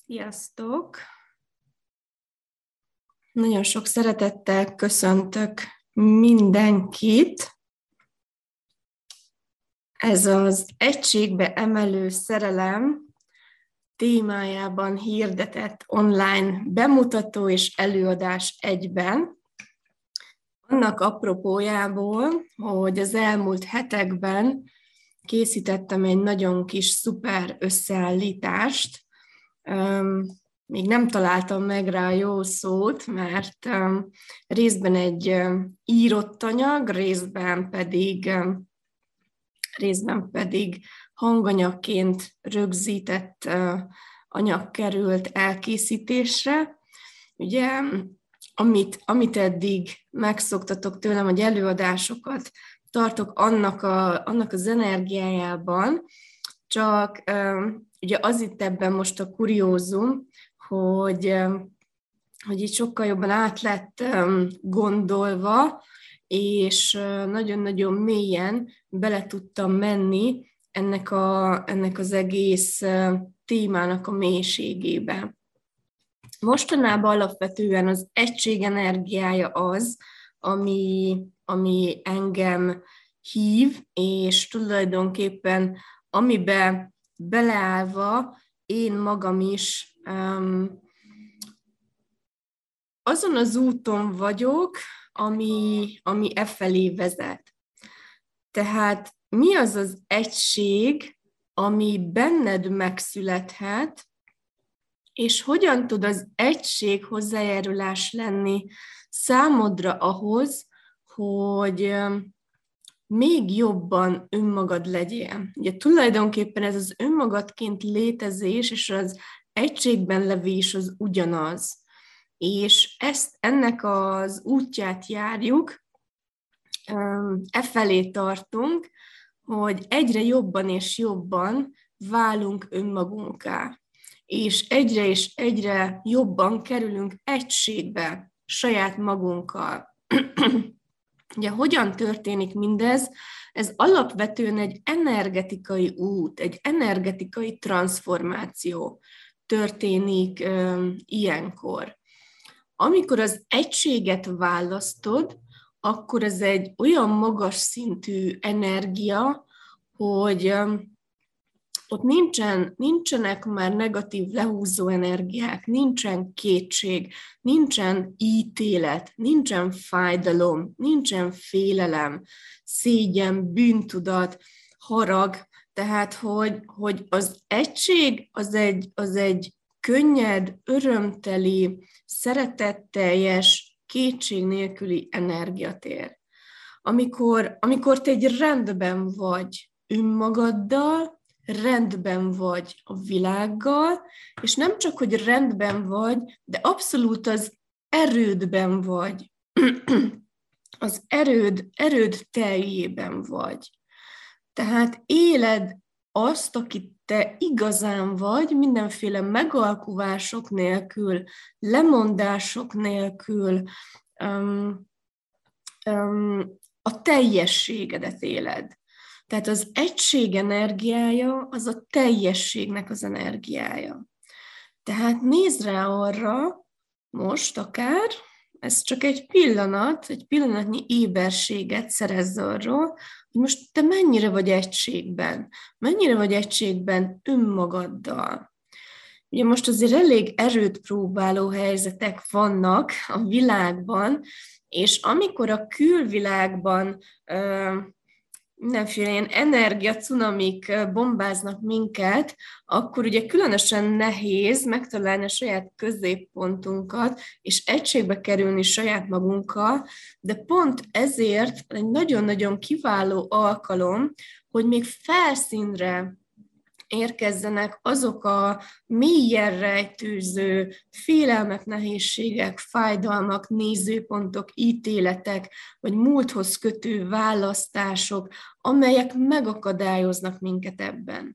Sziasztok! Nagyon sok szeretettel köszöntök mindenkit. Ez az egységbe emelő szerelem témájában hirdetett online bemutató és előadás egyben. Annak apropójából, hogy az elmúlt hetekben készítettem egy nagyon kis szuper összeállítást. Még nem találtam meg rá a jó szót, mert részben egy írott anyag, részben pedig hanganyagként rögzített anyag került elkészítésre. Ugye, amit eddig megszoktatok tőlem, hogy előadásokat tartok annak az energiájában, csak ugye az itt ebben most a kuriózum, hogy itt sokkal jobban át lett gondolva, és nagyon-nagyon mélyen bele tudtam menni ennek az egész témának a mélységébe. Mostanában alapvetően az egység energiája az, ami engem hív, és tulajdonképpen amiben beleállva én magam is azon az úton vagyok, ami efelé vezet. Tehát mi az az egység, ami benned megszülethet, és hogyan tud az egység hozzájárulás lenni számodra ahhoz, hogy még jobban önmagad legyél. Ugye tulajdonképpen ez az önmagadként létezés és az egységben levés az ugyanaz. És ennek az útját járjuk, efelé tartunk, hogy egyre jobban és jobban válunk önmagunká. És egyre jobban kerülünk egységbe saját magunkkal. Ugye hogyan történik mindez? Ez alapvetően egy energetikai út, egy energetikai transformáció történik ilyenkor. Amikor az egységet választod, akkor ez egy olyan magas szintű energia, hogy ott nincsenek már negatív lehúzó energiák, nincsen kétség, nincsen ítélet, nincsen fájdalom, nincsen félelem, szégyen, bűntudat, harag. Tehát, hogy az egység az egy könnyed, örömteli, szeretetteljes, kétség nélküli energiatér. Amikor te egy rendben vagy önmagaddal, rendben vagy a világgal, és nem csak, hogy rendben vagy, de abszolút az erődben vagy. Az erőd teljében vagy. Tehát éled azt, aki te igazán vagy, mindenféle megalkuvások nélkül, lemondások nélkül, a teljességedet éled. Tehát az egység energiája az a teljességnek az energiája. Tehát nézd rá arra, most akár, ez csak egy pillanatnyi éberséget szerezz arról, hogy most te mennyire vagy egységben önmagaddal. Ugye most azért elég erőt próbáló helyzetek vannak a világban, és amikor a külvilágban mindenféle ilyen energiacunamik bombáznak minket, akkor ugye különösen nehéz megtalálni a saját középpontunkat, és egységbe kerülni saját magunkkal, de pont ezért egy nagyon-nagyon kiváló alkalom, hogy még felszínre érkezzenek azok a mélyen rejtőző félelmek, nehézségek, fájdalmak, nézőpontok, ítéletek, vagy múlthoz kötő választások, amelyek megakadályoznak minket ebben.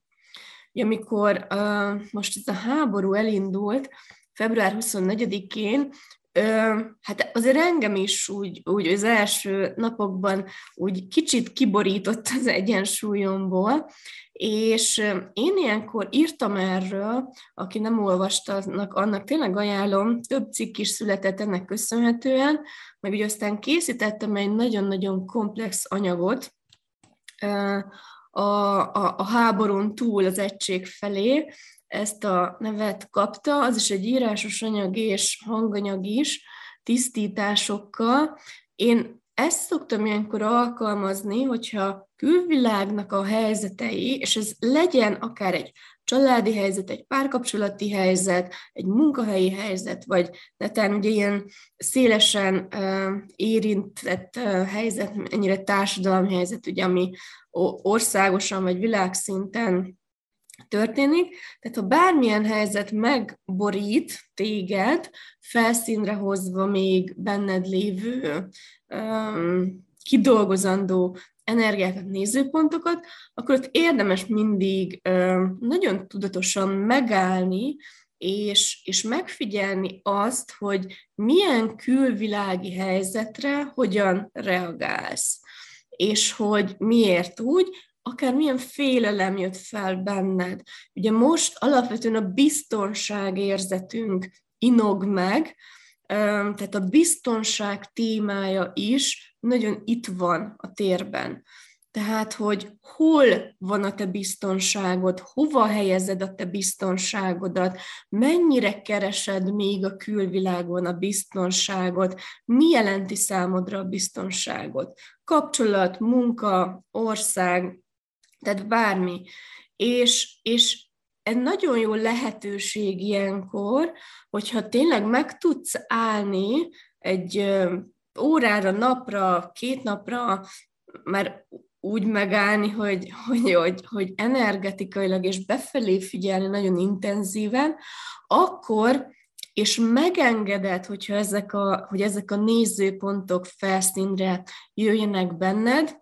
Amikor most ez a háború elindult, február 24-én Hát azért engem is úgy az első napokban úgy kicsit kiborított az egyensúlyomból, és én ilyenkor írtam erről, aki nem olvasta, annak tényleg ajánlom, több cikk is született ennek köszönhetően, meg ugye aztán készítettem egy nagyon-nagyon komplex anyagot a háborún túl az egység felé, ezt a nevet kapta, az is egy írásos anyag és hanganyag is, tisztításokkal. Én ezt szoktam ilyenkor alkalmazni, hogyha külvilágnak a helyzetei, és ez legyen akár egy családi helyzet, egy párkapcsolati helyzet, egy munkahelyi helyzet, vagy netán ugye ilyen szélesen érintett helyzet, ennyire társadalmi helyzet, ugye, ami országosan vagy világszinten történik. Tehát ha bármilyen helyzet megborít téged, felszínre hozva még benned lévő kidolgozandó energiákat, nézőpontokat, akkor ott érdemes mindig nagyon tudatosan megállni, és megfigyelni azt, hogy milyen külvilági helyzetre hogyan reagálsz, és hogy miért úgy, akár milyen félelem jött fel benned. Ugye most alapvetően a biztonságérzetünk inog meg, tehát a biztonság témája is nagyon itt van a térben. Tehát, hogy hol van a te biztonságod, hova helyezed a te biztonságodat, mennyire keresed még a külvilágon a biztonságot, mi jelenti számodra a biztonságot. Kapcsolat, munka, ország, tehát bármi. És egy nagyon jó lehetőség ilyenkor, hogyha tényleg meg tudsz állni egy órára, napra, 2 napra, már úgy megállni, hogy energetikailag és befelé figyelni nagyon intenzíven, akkor, és megengeded, hogyha ezek a nézőpontok felszínre jöjjenek benned,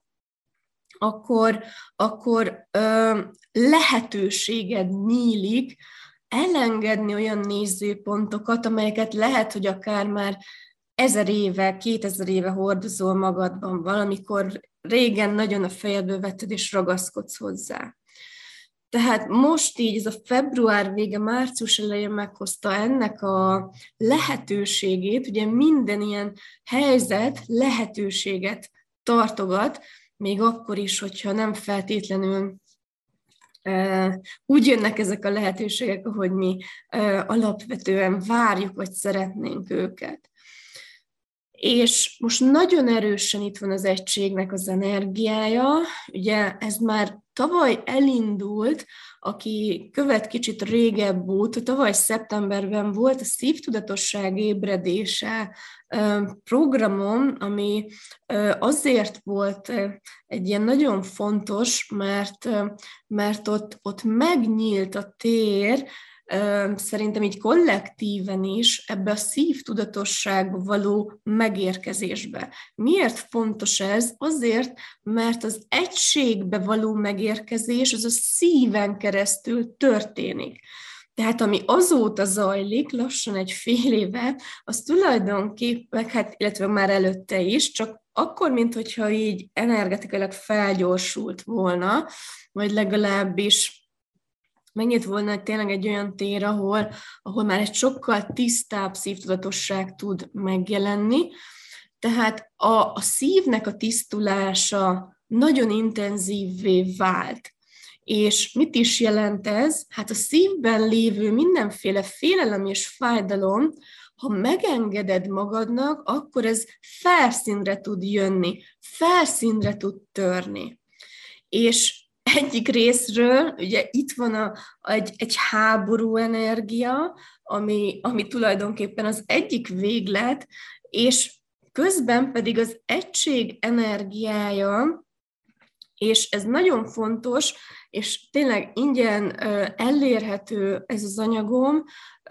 akkor lehetőséged nyílik elengedni olyan nézőpontokat, amelyeket lehet, hogy akár már 1000 éve, 2000 éve hordozol magadban, valamikor régen nagyon a fejedbe vetted és ragaszkodsz hozzá. Tehát most így ez a február vége, március elején meghozta ennek a lehetőségét, ugye minden ilyen helyzet lehetőséget tartogat, még akkor is, hogyha nem feltétlenül úgy jönnek ezek a lehetőségek, ahogy mi alapvetően várjuk, vagy szeretnénk őket. És most nagyon erősen itt van az egységnek az energiája, ugye ez már tavaly elindult, aki követ kicsit régebb óta, tavaly szeptemberben volt a Szívtudatosság ébredése programom, ami azért volt egy ilyen nagyon fontos, mert ott megnyílt a tér, szerintem így kollektíven is ebbe a szívtudatosságba való megérkezésbe. Miért fontos ez? Azért, mert az egységbe való megérkezés az a szíven keresztül történik. Tehát ami azóta zajlik, lassan egy fél éve, az tulajdonképpen, illetve már előtte is, csak akkor, minthogyha így energetikailag felgyorsult volna, vagy legalábbis megnyit volna tényleg egy olyan tér, ahol már egy sokkal tisztább szívtudatosság tud megjelenni. Tehát a szívnek a tisztulása nagyon intenzívvé vált. És mit is jelent ez? Hát a szívben lévő mindenféle félelem és fájdalom, ha megengeded magadnak, akkor ez felszínre tud jönni, felszínre tud törni. És egyik részről, ugye itt van egy háború energia, ami tulajdonképpen az egyik véglet, és közben pedig az egység energiája, és ez nagyon fontos, és tényleg ingyen elérhető ez az anyagom,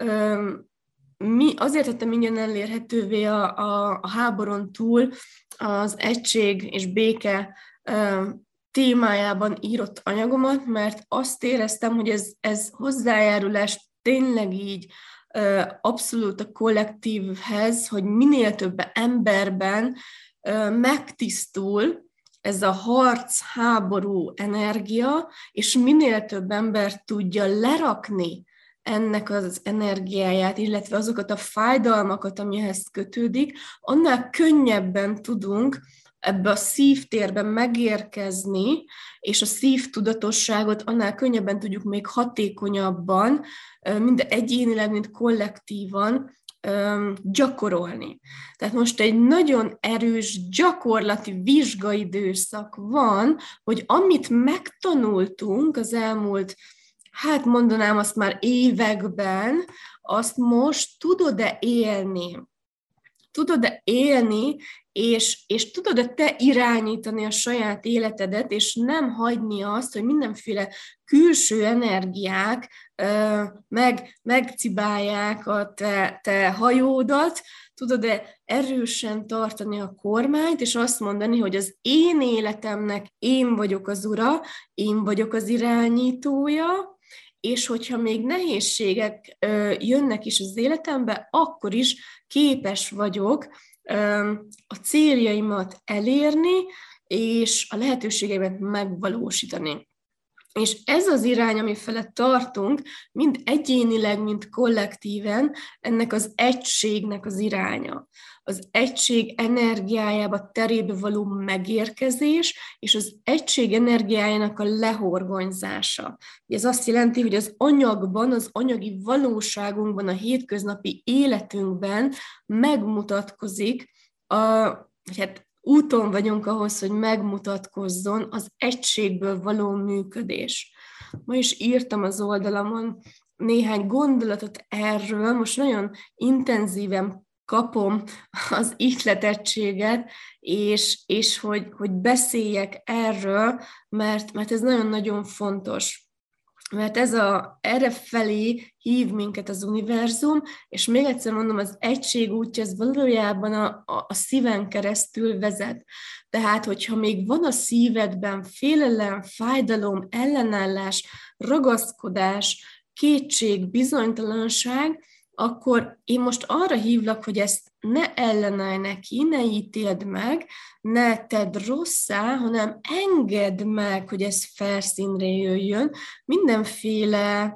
azért tettem ingyen elérhetővé a háborún túl az egység és béke témájában írott anyagomat, mert azt éreztem, hogy ez hozzájárulás tényleg így abszolút a kollektívhez, hogy minél több emberben megtisztul ez a harc, háború energia, és minél több ember tudja lerakni ennek az energiáját, illetve azokat a fájdalmakat, amihez kötődik, annál könnyebben tudunk ebbe a szívtérben megérkezni, és a szívtudatosságot annál könnyebben tudjuk még hatékonyabban, mind egyénileg, mind kollektívan gyakorolni. Tehát most egy nagyon erős gyakorlati vizsgaidőszak van, hogy amit megtanultunk az elmúlt, hát mondanám azt már években, azt most tudod-e élni? Tudod-e élni, és tudod-e te irányítani a saját életedet, és nem hagyni azt, hogy mindenféle külső energiák megcibálják a te hajódat, tudod-e erősen tartani a kormányt, és azt mondani, hogy az én életemnek én vagyok az ura, én vagyok az irányítója, és hogyha még nehézségek jönnek is az életembe, akkor is képes vagyok a céljaimat elérni, és a lehetőségeimet megvalósítani. És ez az irány, ami felett tartunk, mind egyénileg, mind kollektíven, ennek az egységnek az iránya. Az egység energiájába, terébe való megérkezés, és az egység energiájának a lehorgonyzása. Ez azt jelenti, hogy az anyagban, az anyagi valóságunkban, a hétköznapi életünkben megmutatkozik, úton vagyunk ahhoz, hogy megmutatkozzon az egységből való működés. Ma is írtam az oldalamon néhány gondolatot erről, most nagyon intenzíven kapom az ihletettséget, és hogy beszéljek erről, mert ez nagyon-nagyon fontos. Mert erre felé hív minket az univerzum, és még egyszer mondom, az egység útja, ez valójában a szíven keresztül vezet. Tehát, hogyha még van a szívedben félelem, fájdalom, ellenállás, ragaszkodás, kétség, bizonytalanság, akkor én most arra hívlak, hogy ezt ne ellenállj neki, ne ítéld meg, ne tedd rosszá, hanem engedd meg, hogy ez felszínre jöjjön, mindenféle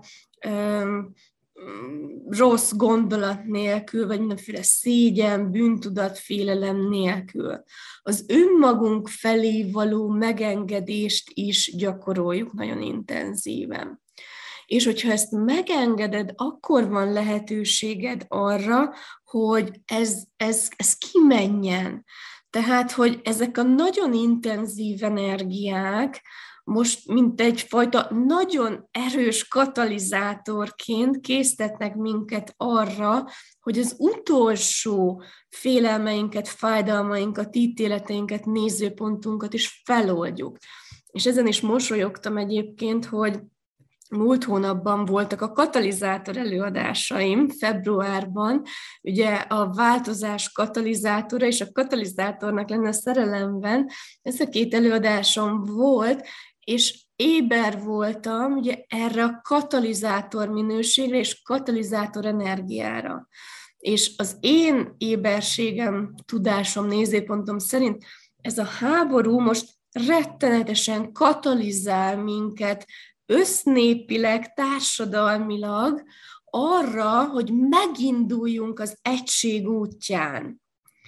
rossz gondolat nélkül, vagy mindenféle szégyen, bűntudat, félelem nélkül. Az önmagunk felé való megengedést is gyakoroljuk nagyon intenzíven. És hogyha ezt megengeded, akkor van lehetőséged arra, hogy ez kimenjen. Tehát, hogy ezek a nagyon intenzív energiák most mint egyfajta nagyon erős katalizátorként késztetnek minket arra, hogy az utolsó félelmeinket, fájdalmainkat, ítéleteinket, nézőpontunkat is feloldjuk. És ezen is mosolyogtam egyébként, hogy múlt hónapban voltak a katalizátor előadásaim, februárban, ugye a változás katalizátora, és a katalizátornak lenne a szerelemben, ez a két előadásom volt, és éber voltam ugye erre a katalizátor minőségre és katalizátor energiára. És az én éberségem, tudásom, nézőpontom szerint ez a háború most rettenetesen katalizál minket, össznépileg, társadalmilag arra, hogy meginduljunk az egység útján.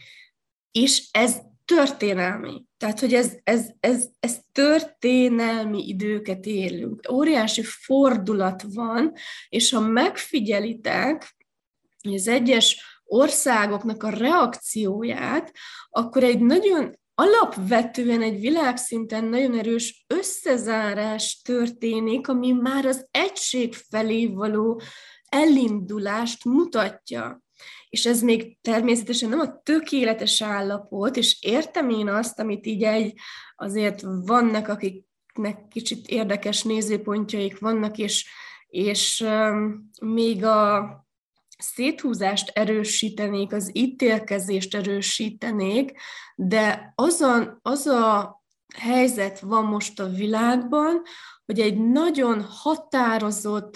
És ez történelmi. Tehát, hogy ez történelmi időket élünk. Óriási fordulat van, és ha megfigyelitek, hogy az egyes országoknak a reakcióját, akkor egy nagyon alapvetően egy világszinten nagyon erős összezárás történik, ami már az egység felé való elindulást mutatja. És ez még természetesen nem a tökéletes állapot, és értem én azt, amit így azért vannak, akiknek kicsit érdekes nézőpontjaik vannak, és még a széthúzást erősítenék, az ítélkezést erősítenék, de az a helyzet van most a világban, hogy egy nagyon határozott,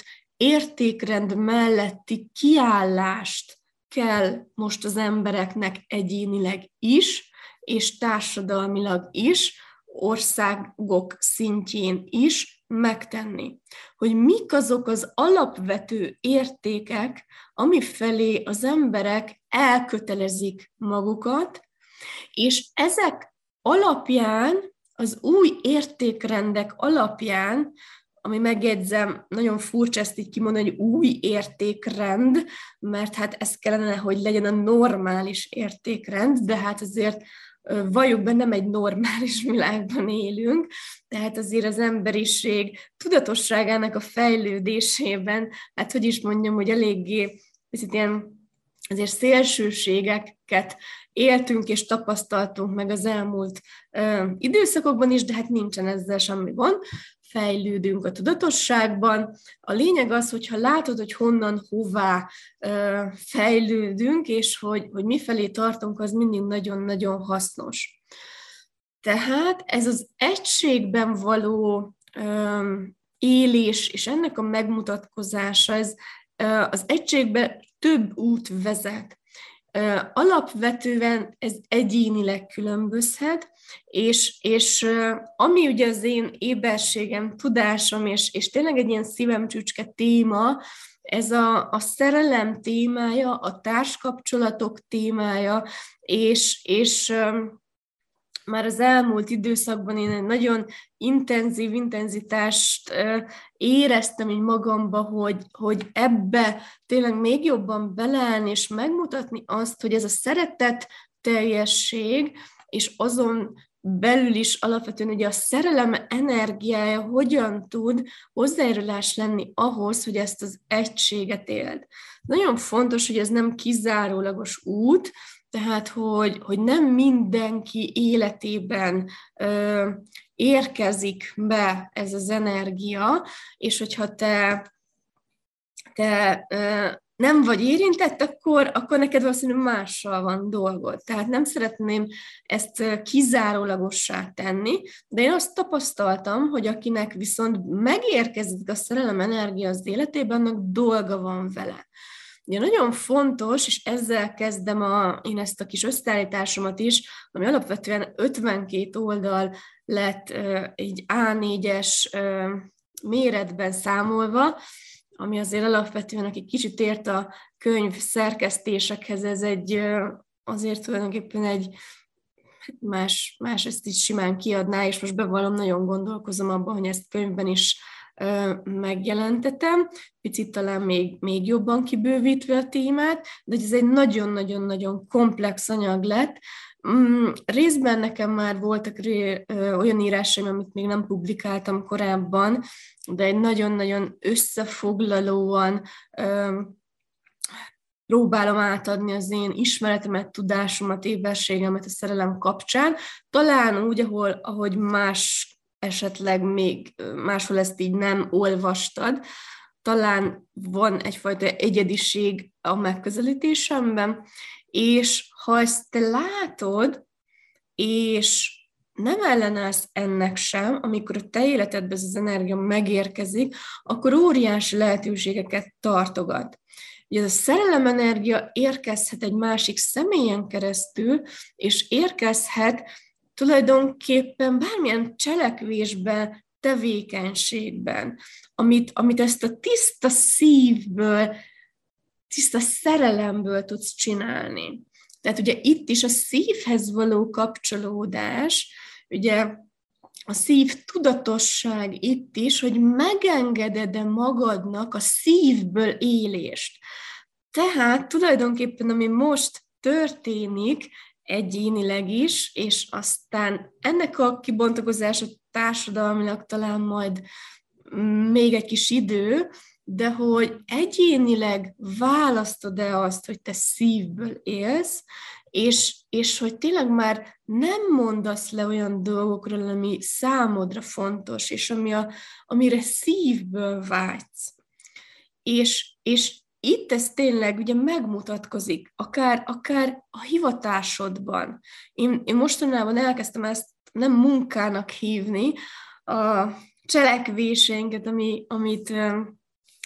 értékrend melletti kiállást kell most az embereknek egyénileg is, és társadalmilag is, országok szintjén is megtenni. Hogy mik azok az alapvető értékek, amifelé az emberek elkötelezik magukat, és ezek alapján, az új értékrendek alapján, ami megjegyzem, nagyon furcsa ezt így kimondani, hogy új értékrend, mert hát ez kellene, hogy legyen a normális értékrend, de hát azért valljuk be, nem egy normális világban élünk, tehát azért az emberiség tudatosságának a fejlődésében, hát hogy is mondjam, hogy eléggé ilyen azért szélsőségeket éltünk és tapasztaltunk meg az elmúlt időszakokban is, de hát nincsen ezzel semmi gond. Fejlődünk a tudatosságban. A lényeg az, hogyha látod, hogy honnan, hová fejlődünk, és hogy mifelé tartunk, az mindig nagyon-nagyon hasznos. Tehát ez az egységben való élés, és ennek a megmutatkozása, ez az egységben több út vezet. Alapvetően ez egyénileg különbözhet, és ami ugye az én éberségem, tudásom, és tényleg egy ilyen szívemcsücske téma, ez a szerelem témája, a társkapcsolatok témája, és már az elmúlt időszakban én egy nagyon intenzitást éreztem így magamba, hogy ebbe tényleg még jobban beleállni, és megmutatni azt, hogy ez a szeretet teljesség, és azon belül is alapvetően ugye a szerelem energiája hogyan tud hozzájárulás lenni ahhoz, hogy ezt az egységet éld. Nagyon fontos, hogy ez nem kizárólagos út, tehát, hogy nem mindenki életében érkezik be ez az energia, és hogyha te nem vagy érintett, akkor neked valószínűleg mással van dolgod. Tehát nem szeretném ezt kizárólagossá tenni, de én azt tapasztaltam, hogy akinek viszont megérkezik a szerelem energia az életében, annak dolga van vele. Ugye nagyon fontos, és ezzel kezdem én ezt a kis összeállításomat is, ami alapvetően 52 oldal lett egy A4-es méretben számolva, ami azért alapvetően, aki kicsit ért a könyv szerkesztésekhez, ez azért tulajdonképpen egy más ezt is simán kiadná, és most bevallom, nagyon gondolkozom abban, hogy ezt könyvben is megjelentetem, picit talán még jobban kibővítve a témát, de ez egy nagyon-nagyon-nagyon komplex anyag lett. Részben nekem már voltak olyan írásaim, amit még nem publikáltam korábban, de egy nagyon-nagyon összefoglalóan próbálom átadni az én ismeretemet, tudásomat, éberségemet a szerelem kapcsán, talán úgy, ahogy más esetleg még máshol ezt így nem olvastad, talán van egyfajta egyediség a megközelítésemben, és ha ezt te látod, és nem ellenállsz ennek sem, amikor a te életedben ez az energia megérkezik, akkor óriási lehetőségeket tartogat. Ugye a szerelemenergia érkezhet egy másik személyen keresztül, és érkezhet tulajdonképpen bármilyen cselekvésben, tevékenységben, amit ezt a tiszta szívből, tiszta szerelemből tudsz csinálni. Tehát ugye itt is a szívhez való kapcsolódás, ugye a szív tudatosság itt is, hogy megengeded-e magadnak a szívből élést. Tehát tulajdonképpen, ami most történik, egyénileg is, és aztán ennek a kibontakozása társadalmilag talán majd még egy kis idő, de hogy egyénileg választod-e azt, hogy te szívből élsz, és hogy tényleg már nem mondasz le olyan dolgokról, ami számodra fontos, és amire szívből vágysz. És itt ez tényleg ugye megmutatkozik, akár a hivatásodban. Én mostanában elkezdtem ezt nem munkának hívni, a cselekvéseinket, amit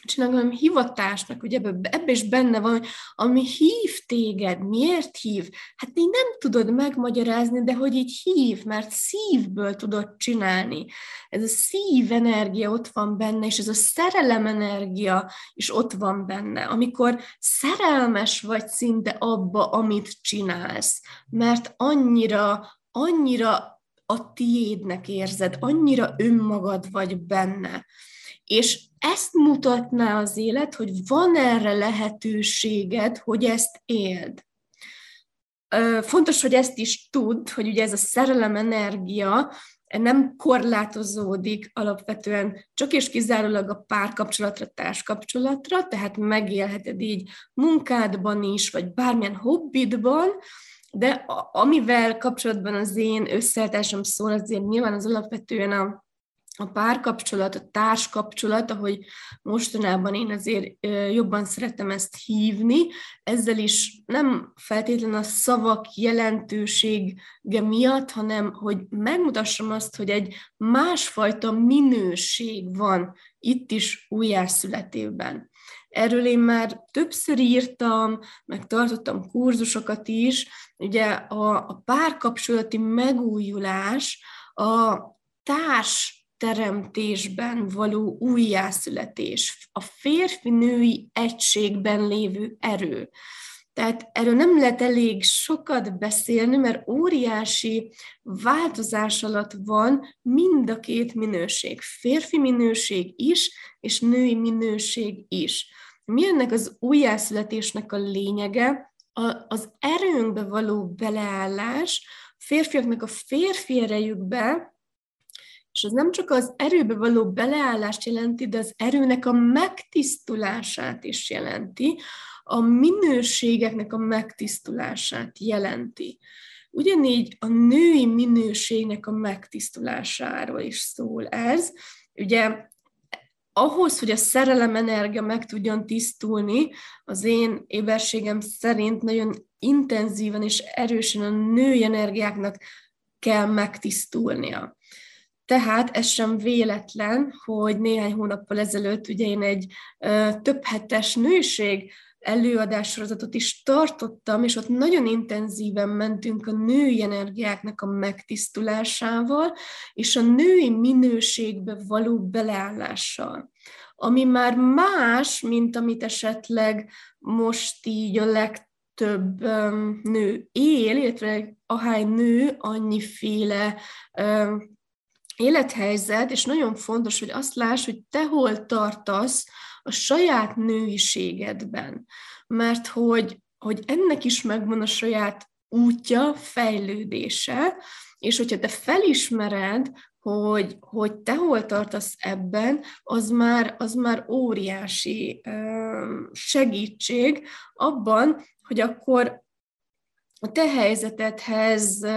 csinálunk, hanem hivatásnak, ugye ebbe is benne van, ami hív téged. Miért hív? Hát így nem tudod megmagyarázni, de hogy így hív, mert szívből tudod csinálni. Ez a szívenergia ott van benne, és ez a szerelemenergia is ott van benne, amikor szerelmes vagy szinte abba, amit csinálsz, mert annyira a tiédnek érzed, annyira önmagad vagy benne. És ezt mutatná az élet, hogy van erre lehetőséged, hogy ezt éld. Fontos, hogy ezt is tudd, hogy ugye ez a szerelem energia nem korlátozódik alapvetően csak és kizárólag a párkapcsolatra, társkapcsolatra, tehát megélheted így munkádban is, vagy bármilyen hobbidban, de amivel kapcsolatban az én összeállításom szól, azért nyilván az alapvetően a párkapcsolat, a társkapcsolat, ahogy mostanában én azért jobban szeretem ezt hívni, ezzel is nem feltétlenül a szavak jelentősége miatt, hanem hogy megmutassam azt, hogy egy másfajta minőség van itt is újjászületésben. Erről én már többször írtam, meg tartottam kurzusokat is. Ugye a párkapcsolati megújulás, a teremtésben való újjászületés, a férfi-női egységben lévő erő. Tehát erről nem lehet elég sokat beszélni, mert óriási változás alatt van mind a két minőség, férfi minőség is, és női minőség is. Mi ennek az újjászületésnek a lényege? Az erőnkbe való beleállás, férfiaknak a férfi erejükbe, és ez nem csak az erőbe való beleállást jelenti, de az erőnek a megtisztulását is jelenti, a minőségeknek a megtisztulását jelenti. Ugyanígy a női minőségnek a megtisztulásáról is szól ez. Ugye ahhoz, hogy a szerelemenergia meg tudjon tisztulni, az én éberségem szerint nagyon intenzíven és erősen a női energiáknak kell megtisztulnia. Tehát ez sem véletlen, hogy néhány hónappal ezelőtt ugye én egy több hetes nőség előadássorozatot is tartottam, és ott nagyon intenzíven mentünk a női energiáknak a megtisztulásával, és a női minőségbe való beleállással. Ami már más, mint amit esetleg most így a legtöbb nő él, illetve ahány nő, annyiféle élethelyzet, és nagyon fontos, hogy azt láss, hogy te hol tartasz a saját nőiségedben. Mert hogy ennek is megvan a saját útja, fejlődése, és hogyha te felismered, hogy te hol tartasz ebben, az már óriási segítség abban, hogy akkor a te helyzetedhez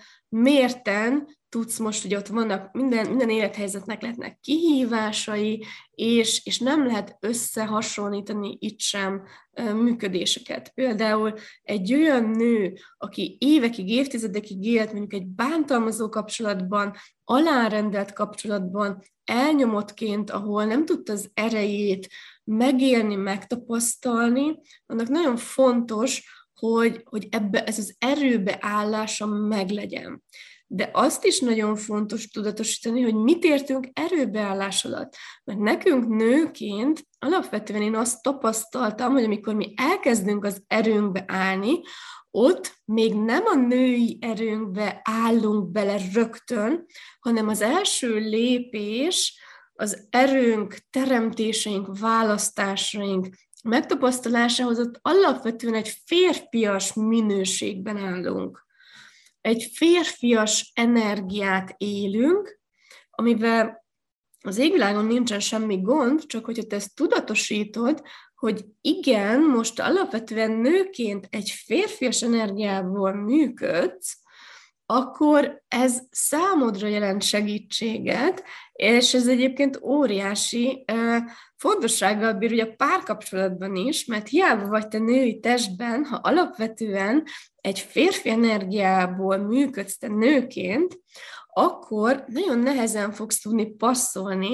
mérten tudsz most, hogy ott vannak, minden élethelyzetnek lehetnek kihívásai, és nem lehet összehasonlítani itt sem működéseket. Például egy olyan nő, aki évekig, évtizedekig élt mondjuk egy bántalmazó kapcsolatban, alárendelt kapcsolatban, elnyomottként, ahol nem tudta az erejét megélni, megtapasztalni, annak nagyon fontos, hogy ebbe ez az erőbeállása meglegyen. De azt is nagyon fontos tudatosítani, hogy mit értünk erőbeállás alatt. Mert nekünk nőként alapvetően én azt tapasztaltam, hogy amikor mi elkezdünk az erőnkbe állni, ott még nem a női erőnkbe állunk bele rögtön, hanem az első lépés az erőnk, teremtéseink, választásaink megtapasztalásához ott alapvetően egy férfias minőségben állunk. Egy férfias energiát élünk, amivel az égvilágon nincsen semmi gond, csak hogyha te ezt tudatosítod, hogy igen, most alapvetően nőként egy férfias energiából működsz, akkor ez számodra jelent segítséget, és ez egyébként óriási fontossággal bír ugye a párkapcsolatban is, mert hiába vagy te női testben, ha alapvetően egy férfi energiából működsz te nőként, akkor nagyon nehezen fogsz tudni passzolni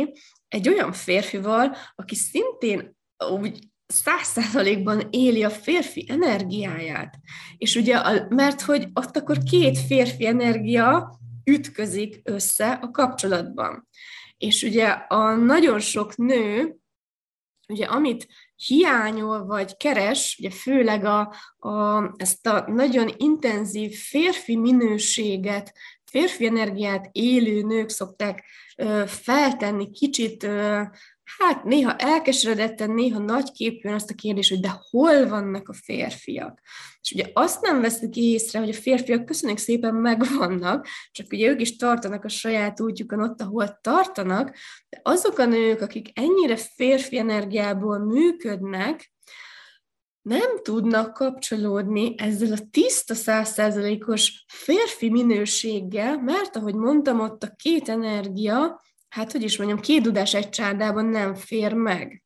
egy olyan férfival, aki szintén úgy 100%-ban éli a férfi energiáját. És ugye, mert hogy ott akkor két férfi energia ütközik össze a kapcsolatban. És ugye a nagyon sok nő, ugye amit hiányol vagy keres, ugye főleg ezt a nagyon intenzív férfi minőséget, férfi energiát élő nők szokták feltenni kicsit, hát néha elkeseredetten, néha nagyképűen azt a kérdést, hogy de hol vannak a férfiak? És ugye azt nem veszik észre, hogy a férfiak köszönjük szépen megvannak, csak ugye ők is tartanak a saját útjukon ott, ahol tartanak, de azok a nők, akik ennyire férfi energiából működnek, nem tudnak kapcsolódni ezzel a tiszta 100%-os férfi minőséggel, mert ahogy mondtam, ott a két energia, hát hogy is mondjam, két dudás egy csárdában nem fér meg.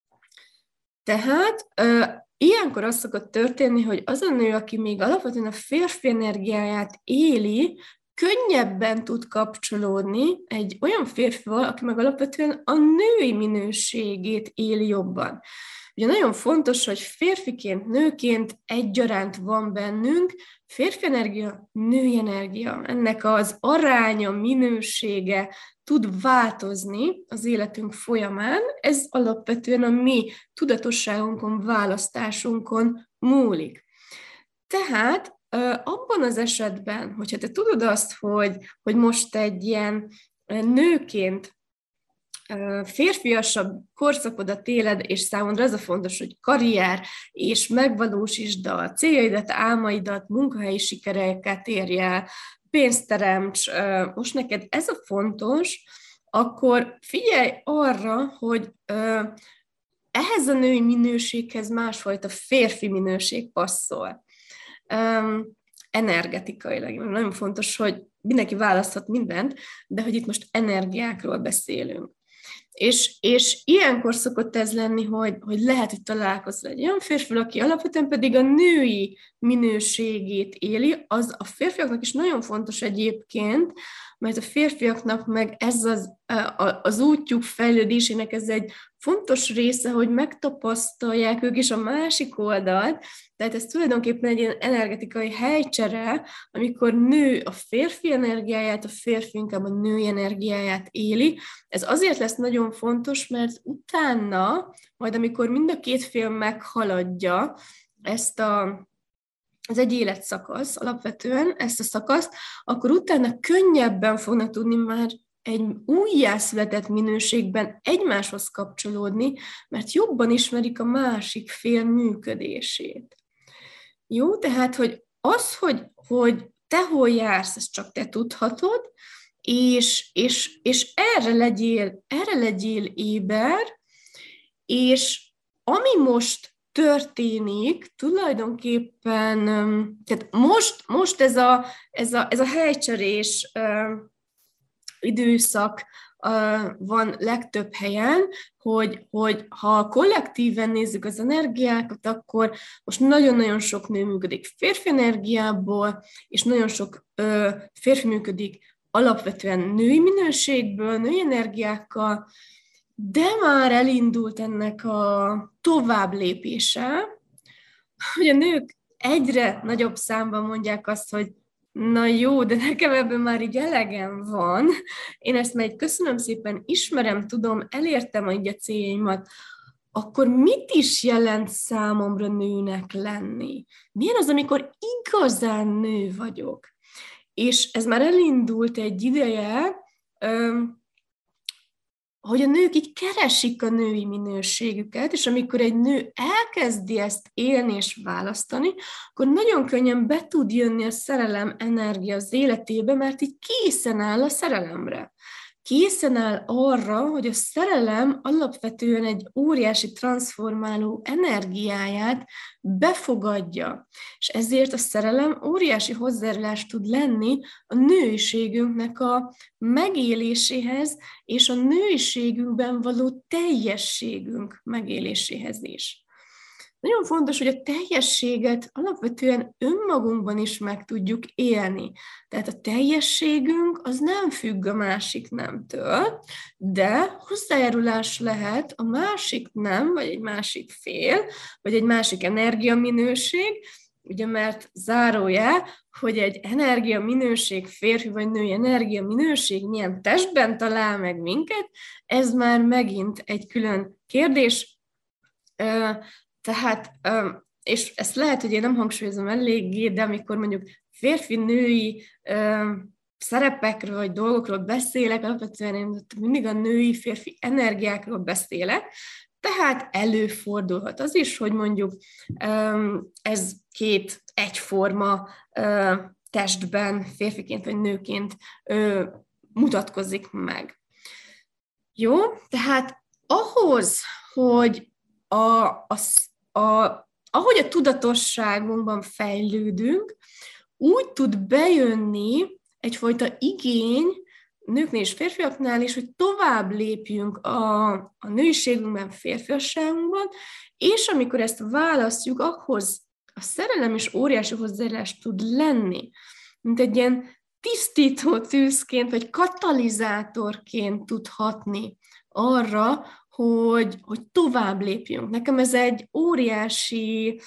Tehát ilyenkor az szokott történni, hogy az a nő, aki még alapvetően a férfi energiáját éli, könnyebben tud kapcsolódni egy olyan férfival, aki meg alapvetően a női minőségét éli jobban. Ugye nagyon fontos, hogy férfiként, nőként egyaránt van bennünk férfi energia, női energia. Ennek az aránya, minősége tud változni az életünk folyamán. Ez alapvetően a mi tudatosságunkon, választásunkon múlik. Tehát abban az esetben, hogyha te tudod azt, hogy most egy ilyen nőként férfiasabb korszakodat éled, és számodra az a fontos, hogy karrier, és megvalósítsd a céljaidat, álmaidat, munkahelyi sikereket érj el, pénzt teremts, most neked ez a fontos, akkor figyelj arra, hogy ehhez a női minőséghez másfajta férfi minőség passzol. Energetikailag. Nagyon fontos, hogy mindenki választhat mindent, de hogy itt most energiákról beszélünk. És ilyenkor szokott ez lenni, hogy lehet, hogy találkozol egy olyan férfi, aki alapvetően pedig a női minőségét éli, az a férfiaknak is nagyon fontos egyébként, mert a férfiaknak meg ez az útjuk fejlődésének ez egy fontos része, hogy megtapasztalják ők is a másik oldalt, tehát ez tulajdonképpen egy ilyen energetikai helycsere, amikor nő a férfi energiáját, a férfi inkább a női energiáját éli. Ez azért lesz nagyon fontos, mert utána, majd amikor mind a két fél meghaladja ezt az egy életszakasz alapvetően, ezt a szakaszt, akkor utána könnyebben fognak tudni már egy újjászületett minőségben egymáshoz kapcsolódni, mert jobban ismerik a másik fél működését. Jó, tehát, hogy az, hogy te hol jársz, ezt csak te tudhatod, és erre legyél éber, és ami most történik, tulajdonképpen, tehát most ez a helycserés időszak van legtöbb helyen, hogy ha kollektíven nézzük az energiákat, akkor most nagyon-nagyon sok nő működik férfi energiából, és nagyon sok férfi működik alapvetően női minőségből, női energiákkal, de már elindult ennek a tovább lépése, hogy a nők egyre nagyobb számban mondják azt, hogy na jó, de nekem ebben már így elegem van. Én ezt már köszönöm szépen, ismerem, tudom, elértem így a céljaimat. Akkor mit is jelent számomra nőnek lenni? Milyen az, amikor igazán nő vagyok? És ez már elindult egy ideje, hogy a nők így keresik a női minőségüket, és amikor egy nő elkezdi ezt élni és választani, akkor nagyon könnyen be tud jönni a szerelem energia az életébe, mert így készen áll a szerelemre. Készen áll arra, hogy a szerelem alapvetően egy óriási transformáló energiáját befogadja. És ezért a szerelem óriási hozzájárulást tud lenni a nőiségünknek a megéléséhez, és a nőiségünkben való teljességünk megéléséhez is. Nagyon fontos, hogy a teljességet alapvetően önmagunkban is meg tudjuk élni. Tehát a teljességünk az nem függ a másik nemtől, de hozzájárulás lehet a másik nem, vagy egy másik fél, vagy egy másik energiaminőség, ugye mert zárójel, hogy egy energiaminőség, férfi vagy női energiaminőség milyen testben talál meg minket, ez már megint egy külön kérdés. Tehát, és ezt lehet, hogy én nem hangsúlyozom eléggé, de amikor mondjuk férfi-női szerepekről vagy dolgokról beszélek, alapvetően én mindig a női-férfi energiákról beszélek, tehát előfordulhat az is, hogy mondjuk ez két egyforma testben, férfiként vagy nőként mutatkozik meg. Jó, tehát ahhoz, hogy ahogy a tudatosságunkban fejlődünk, úgy tud bejönni egyfajta igény nőknél és férfiaknál is, hogy tovább lépjünk a nőiségünkben, férfiasságunkban, és amikor ezt választjuk, ahhoz a szerelem is óriási hozzájárulás tud lenni, mint egy ilyen tisztító tűzként, vagy katalizátorként tud hatni arra, hogy tovább lépjünk. Nekem ez egy óriási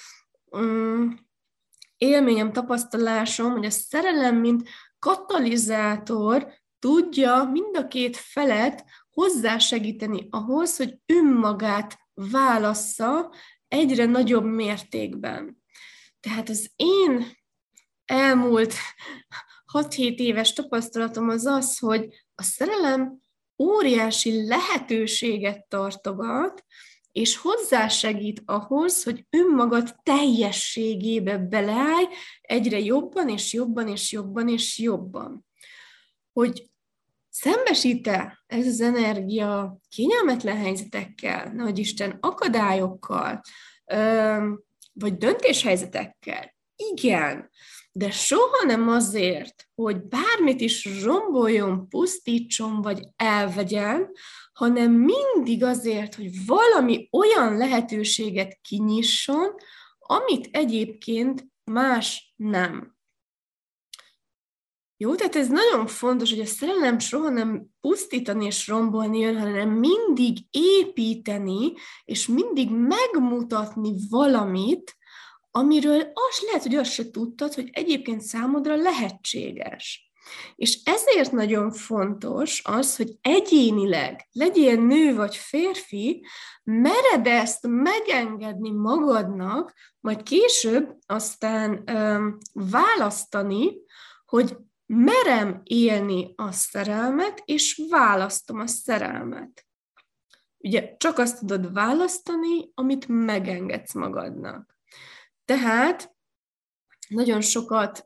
élményem, tapasztalásom, hogy a szerelem, mint katalizátor tudja mind a két felet hozzásegíteni ahhoz, hogy önmagát válassza egyre nagyobb mértékben. Tehát az én elmúlt 6-7 éves tapasztalatom az az, hogy a szerelem óriási lehetőséget tartogat, és hozzásegít ahhoz, hogy önmagad teljességébe beleállj egyre jobban, és jobban, és jobban, és jobban. Hogy szembesít-e ez az energia kényelmetlen helyzetekkel, nehogy Isten akadályokkal, vagy döntéshelyzetekkel? Igen, de soha nem azért, hogy bármit is romboljon, pusztítson, vagy elvegyen, hanem mindig azért, hogy valami olyan lehetőséget kinyisson, amit egyébként más nem. Jó, tehát ez nagyon fontos, hogy a szerelem soha nem pusztítani és rombolni jön, hanem mindig építeni, és mindig megmutatni valamit, amiről lehet, hogy azt se tudtad, hogy egyébként számodra lehetséges. És ezért nagyon fontos az, hogy egyénileg legyél nő vagy férfi, mered ezt megengedni magadnak, majd később aztán választani, hogy merem élni a szerelmet, és választom a szerelmet. Ugye csak azt tudod választani, amit megengedsz magadnak. Tehát nagyon sokat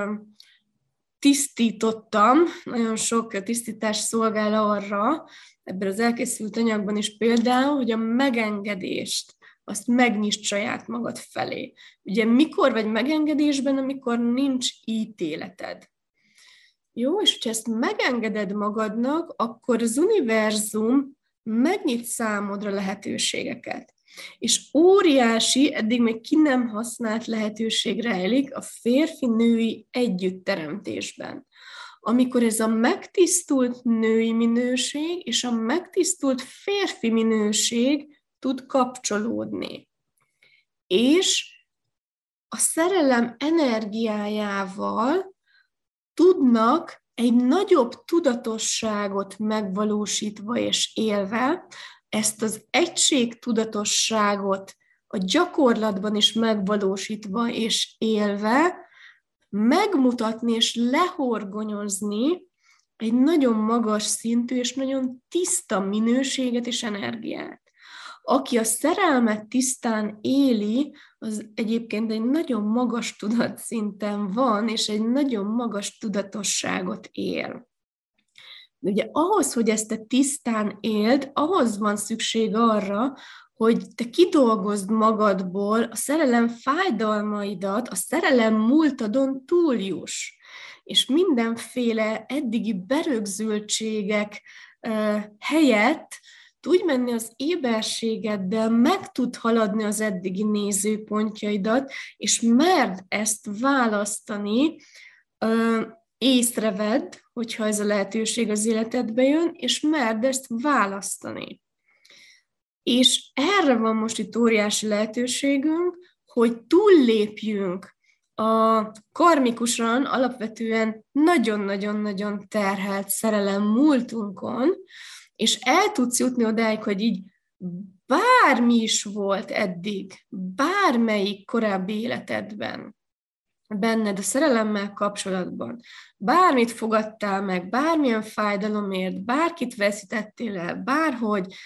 tisztítottam, nagyon sok tisztítás szolgál arra, ebben az elkészült anyagban is például, hogy a megengedést, azt megnyisd saját magad felé. Ugye mikor vagy megengedésben, amikor nincs ítéleted. Jó, és hogyha ezt megengeded magadnak, akkor az univerzum megnyit számodra lehetőségeket. És óriási, eddig még ki nem használt lehetőség rejlik a férfi-női együttteremtésben. Amikor ez a megtisztult női minőség és a megtisztult férfi minőség tud kapcsolódni. És a szerelem energiájával tudnak egy nagyobb tudatosságot megvalósítva és élve, ezt az egységtudatosságot a gyakorlatban is megvalósítva és élve, megmutatni és lehorgonyozni egy nagyon magas szintű és nagyon tiszta minőséget és energiát. Aki a szerelmet tisztán éli, az egyébként egy nagyon magas tudatszinten van, és egy nagyon magas tudatosságot él. De ugye ahhoz, hogy ezt te tisztán éld, ahhoz van szükség arra, hogy te kidolgozd magadból a szerelem fájdalmaidat, a szerelem múltadon túljuss. És mindenféle eddigi berögzültségek helyett tudj menni az éberségeddel, meg tud haladni az eddigi nézőpontjaidat, és merd ezt választani, észrevedd, hogyha ez a lehetőség az életedbe jön, és merd ezt választani. És erre van most itt óriási lehetőségünk, hogy túllépjünk a karmikusan, alapvetően nagyon-nagyon-nagyon terhelt szerelem múltunkon, és el tudsz jutni odáig, hogy így bármi is volt eddig, bármelyik korábbi életedben, benned a szerelemmel kapcsolatban, bármit fogadtál meg, bármilyen fájdalomért, bárkit veszítettél el, bárhogy,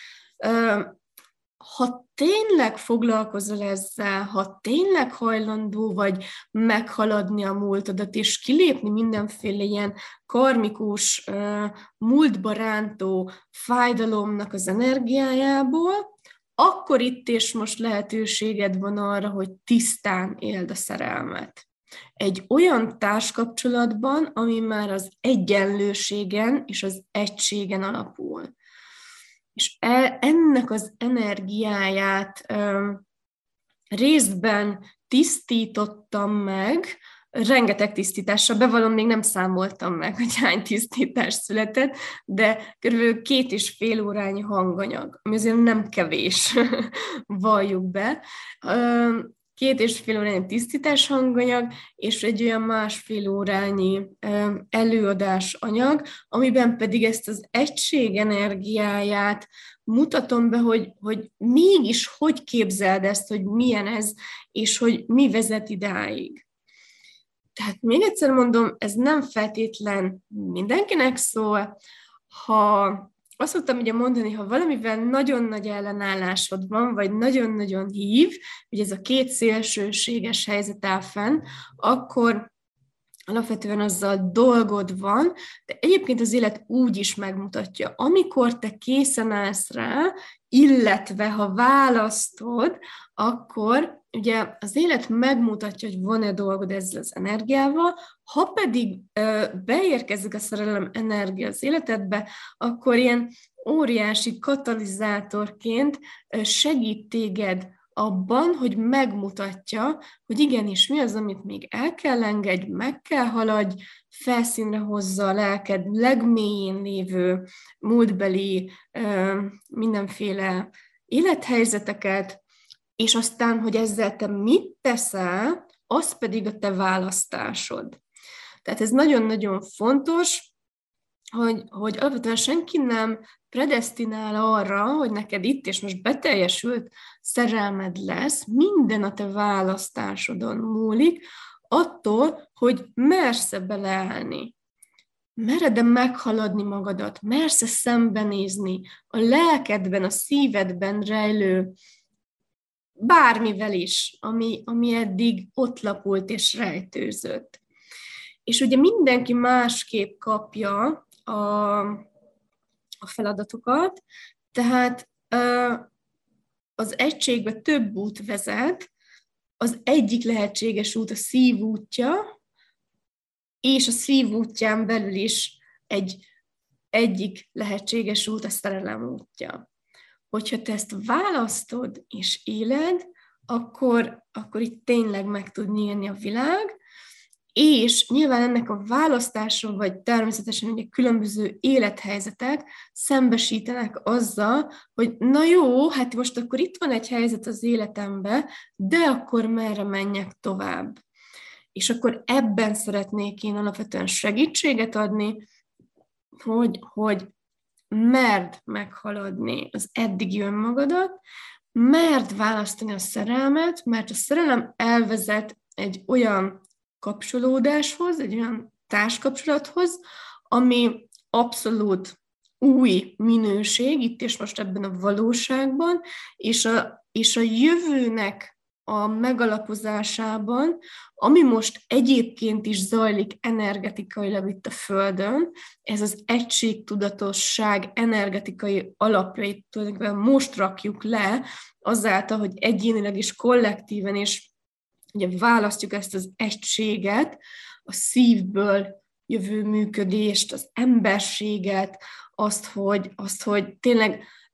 ha tényleg foglalkozol ezzel, ha tényleg hajlandó vagy meghaladni a múltadat, és kilépni mindenféle ilyen karmikus, múltba rántó fájdalomnak az energiájából, akkor itt és most lehetőséged van arra, hogy tisztán éld a szerelmet. Egy olyan társkapcsolatban, ami már az egyenlőségen és az egységen alapul. És ennek az energiáját részben tisztítottam meg, rengeteg tisztítással, bevallom, még nem számoltam meg, hogy hány tisztítás született, de kb. 2,5 órányi hanganyag, ami azért nem kevés, valljuk be. 2,5 órányi tisztítás hanganyag, és egy olyan 1,5 órányi előadás anyag, amiben pedig ezt az egység energiáját mutatom be, hogy mégis hogy képzeld ezt, hogy milyen ez, és hogy mi vezet idáig. Tehát még egyszer mondom, ez nem feltétlen mindenkinek szól. Ha azt szoktam ugye mondani, ha valamivel nagyon nagy ellenállásod van, vagy nagyon-nagyon hív, hogy ez a két szélsőséges helyzet áll fenn, akkor alapvetően azzal dolgod van, de egyébként az élet úgy is megmutatja. Amikor te készen állsz rá, illetve ha választod, akkor ugye az élet megmutatja, hogy van-e dolgod ezzel az energiával, ha pedig beérkezik a szerelem energia az életedbe, akkor ilyen óriási katalizátorként segít téged abban, hogy megmutatja, hogy igenis mi az, amit még el kell engedj, meg kell haladj, felszínre hozza a lelked legmélyén lévő múltbeli mindenféle élethelyzeteket, és aztán, hogy ezzel te mit teszel, az pedig a te választásod. Tehát ez nagyon-nagyon fontos, hogy alapvetően senki nem predesztinál arra, hogy neked itt és most beteljesült szerelmed lesz, minden a te választásodon múlik, attól, hogy mersz-e beleállni. Mered-e meghaladni magadat, mersz-e szembenézni a lelkedben, a szívedben rejlő bármivel is, ami eddig ott lapult és rejtőzött. És ugye mindenki másképp kapja a feladatokat, tehát az egységbe több út vezet, az egyik lehetséges út a szív útja, és a szív útján belül is egyik lehetséges út a szerelem útja. Hogyha te ezt választod és éled, akkor itt tényleg meg tud nyílni a világ, és nyilván ennek a választása, vagy természetesen ugye különböző élethelyzetek szembesítenek azzal, hogy na jó, hát most akkor itt van egy helyzet az életemben, de akkor merre menjek tovább. És akkor ebben szeretnék én alapvetően segítséget adni, hogy merd meghaladni az eddigi önmagadat, merd választani a szerelmet, mert a szerelem elvezet egy olyan kapcsolódáshoz, egy olyan társkapcsolathoz, ami abszolút új minőség, itt és most ebben a valóságban, és a jövőnek a megalapozásában, ami most egyébként is zajlik energetikailag itt a Földön, ez az egységtudatosság energetikai alapjait tulajdonképpen most rakjuk le, azáltal, hogy egyénileg és kollektíven is ugye választjuk ezt az egységet, a szívből jövő működést, az emberséget, azt, hogy tényleg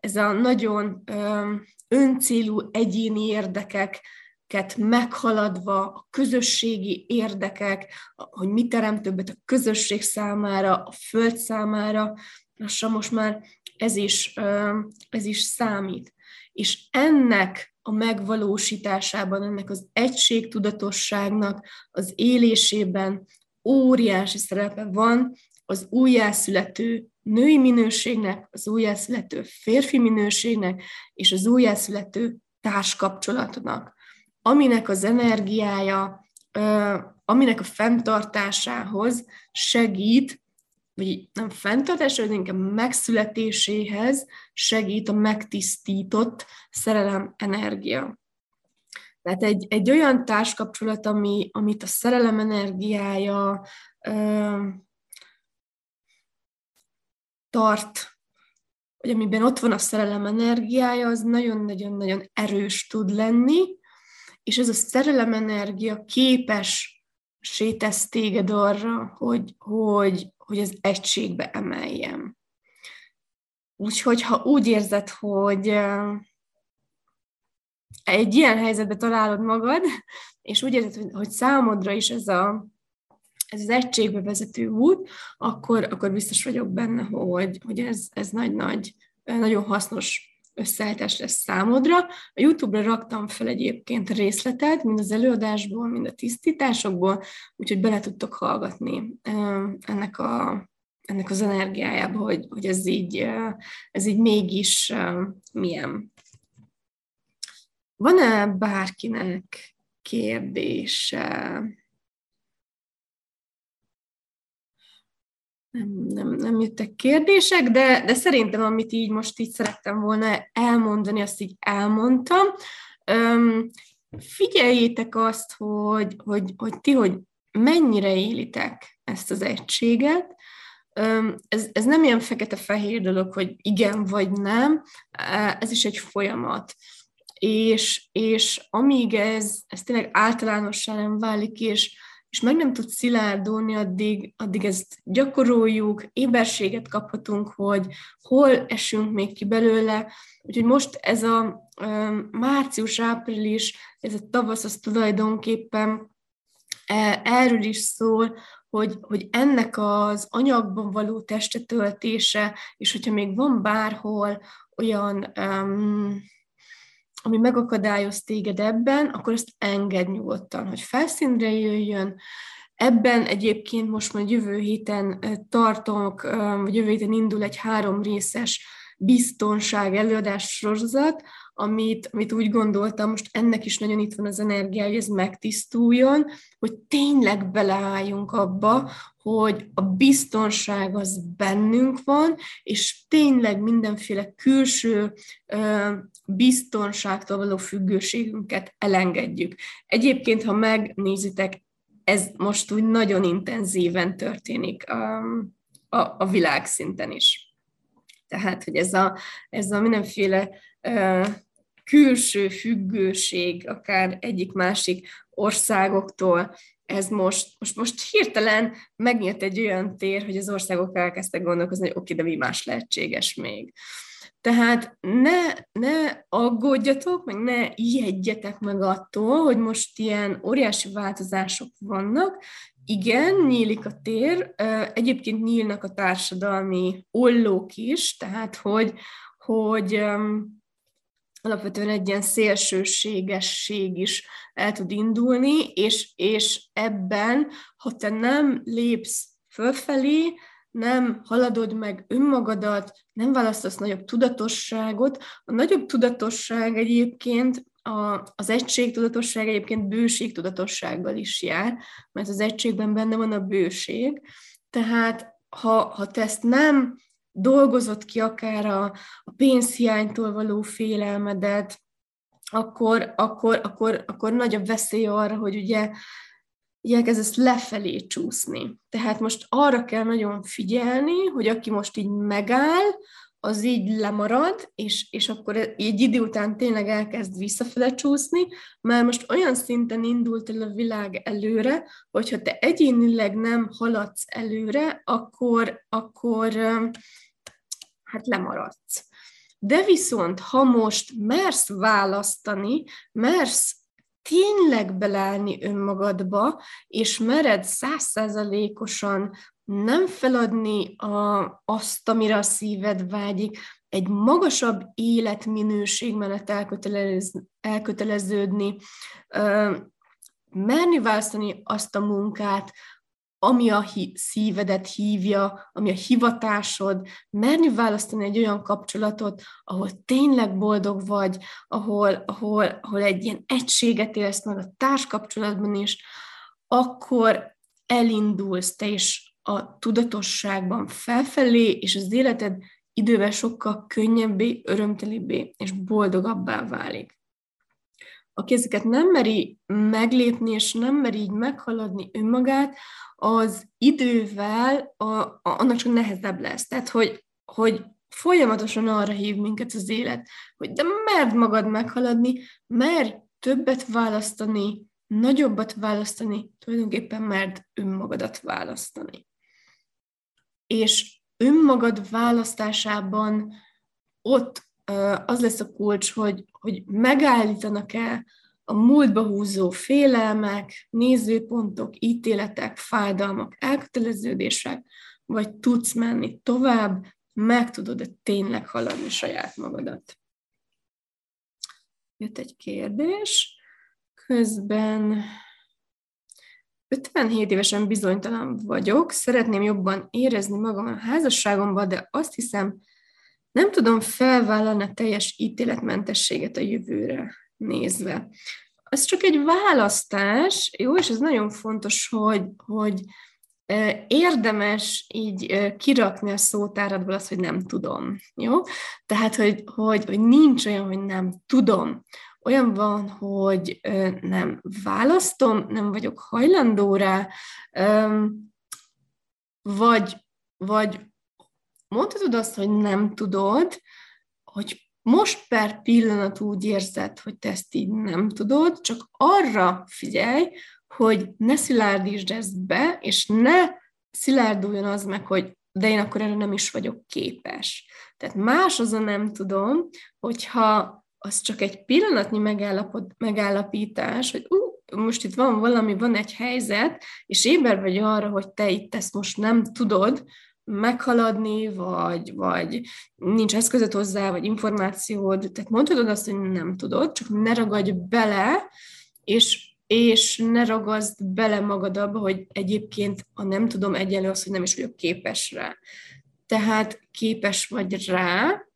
ez a nagyon öncélú egyéni érdekeket meghaladva, a közösségi érdekek, hogy mi terem többet a közösség számára, a föld számára, lassan most már ez is számít. És ennek a megvalósításában, ennek az egységtudatosságnak az élésében óriási szerepe van az újjászülető női minőségnek, az újjászülető férfi minőségnek és az újjászülető társkapcsolatnak, aminek az energiája, aminek a fenntartásához segít, vagy nem fenntartásához, inkább megszületéséhez segít a megtisztított szerelem energia. Tehát egy olyan társkapcsolat, amit a szerelem energiája tart, vagy amiben ott van a szerelem energiája, az nagyon-nagyon-nagyon erős tud lenni, és ez a szerelem energia képessé tesz téged arra, hogy az egységbe emeljem. Úgyhogy ha úgy érzed, hogy egy ilyen helyzetbe találod magad, és úgy érzed, hogy számodra is ez az egységbe vezető út, akkor biztos vagyok benne, hogy ez nagyon hasznos összeállítás lesz számodra. A YouTube-ra raktam fel egyébként részletet, mind az előadásból, mind a tisztításokból, úgyhogy bele tudtok hallgatni ennek az energiájába, hogy ez így mégis milyen. Van-e bárkinek kérdése? Nem jöttek kérdések, de szerintem, amit így most így szerettem volna elmondani, azt így elmondtam. Figyeljétek azt, hogy ti, hogy mennyire élitek ezt az egységet. Ez nem ilyen fekete-fehér dolog, hogy igen vagy nem, ez is egy folyamat. És amíg ez tényleg általánossá nem válik, és meg nem tud szilárdulni, addig ezt gyakoroljuk, éberséget kaphatunk, hogy hol esünk még ki belőle. Úgyhogy most ez a március-április, ez a tavasz, az tulajdonképpen erről is szól, hogy ennek az anyagban való testetöltése, és hogyha még van bárhol olyan, ami megakadályoz téged ebben, akkor ezt engedd nyugodtan, hogy felszínre jöjjön. Ebben egyébként most majd jövő héten tartok, vagy jövő héten indul egy 3 részes biztonság előadás sorozat, amit úgy gondoltam, most ennek is nagyon itt van az energia, hogy ez megtisztuljon, hogy tényleg beleálljunk abba, hogy a biztonság az bennünk van, és tényleg mindenféle külső biztonságtól való függőségünket elengedjük. Egyébként, ha megnézitek, ez most úgy nagyon intenzíven történik a világszinten is. Tehát, hogy ez a mindenféle külső függőség, akár egyik-másik országoktól, ez most hirtelen megnyílt egy olyan tér, hogy az országok elkezdtek gondolkozni, hogy oké, de mi más lehetséges még. Tehát ne aggódjatok, meg ne ijedjetek meg attól, hogy most ilyen óriási változások vannak. Igen, nyílik a tér, egyébként nyílnak a társadalmi ollók is, tehát hogy alapvetően egy ilyen szélsőségesség is el tud indulni, és ebben, ha te nem lépsz fölfelé, nem haladod meg önmagadat, nem választasz nagyobb tudatosságot. A nagyobb tudatosság egyébként, az egységtudatosság egyébként bőségtudatossággal is jár, mert az egységben benne van a bőség. Tehát ha te ezt nem dolgozott ki akár a pénzhiánytól való félelmedet, akkor nagyobb veszély arra, hogy ugye elkezdesz lefelé csúszni. Tehát most arra kell nagyon figyelni, hogy aki most így megáll, az így lemarad, és akkor egy idő után tényleg elkezd visszafele csúszni, mert most olyan szinten indult el a világ előre, hogyha te egyénileg nem haladsz előre, akkor hát lemaradsz. De viszont, ha most mersz választani, mersz tényleg beleállni önmagadba, és mered 100%-osan nem feladni azt, amire a szíved vágyik, egy magasabb életminőség mellett elköteleződni, merni választani azt a munkát, ami a szívedet hívja, ami a hivatásod, merni választani egy olyan kapcsolatot, ahol tényleg boldog vagy, ahol egy ilyen egységet élsz meg a társkapcsolatban is, akkor elindulsz te is a tudatosságban felfelé, és az életed idővel sokkal könnyebbé, örömtelibbé és boldogabbá válik. Aki ezeket nem meri meglépni, és nem meri így meghaladni önmagát, az idővel annak csak nehezebb lesz. Tehát, hogy folyamatosan arra hív minket az élet, hogy de merd magad meghaladni, merj többet választani, nagyobbat választani, tulajdonképpen merd önmagadat választani. És önmagad választásában ott az lesz a kulcs, hogy megállítanak-e a múltba húzó félelmek, nézőpontok, ítéletek, fájdalmak, elköteleződések, vagy tudsz menni tovább, meg tudod-e tényleg haladni saját magadat. Jött egy kérdés. Közben 57 évesen bizonytalan vagyok, szeretném jobban érezni magam a házasságomban, de azt hiszem, nem tudom felvállalni a teljes ítéletmentességet a jövőre nézve. Ez csak egy választás, jó, és ez nagyon fontos, hogy érdemes így kirakni a szótáradból azt, hogy nem tudom, jó? Tehát, hogy nincs olyan, hogy nem tudom. Olyan van, hogy nem választom, nem vagyok hajlandó rá, vagy mondhatod azt, hogy nem tudod, hogy most per pillanat úgy érzed, hogy te ezt így nem tudod, csak arra figyelj, hogy ne szilárdítsd ezt be, és ne szilárduljon az meg, hogy de én akkor erre nem is vagyok képes. Tehát más az a nem tudom, hogyha az csak egy pillanatnyi megállapítás, hogy most itt van valami, van egy helyzet, és éber vagy arra, hogy te itt ezt most nem tudod meghaladni, vagy nincs eszközöd hozzá, vagy információd, tehát mondhatod azt, hogy nem tudod, csak ne ragadj bele, és ne ragaszd bele magad abba, hogy egyébként a nem tudom egyenlő az, hogy nem is vagyok képes rá. Tehát képes vagy rá,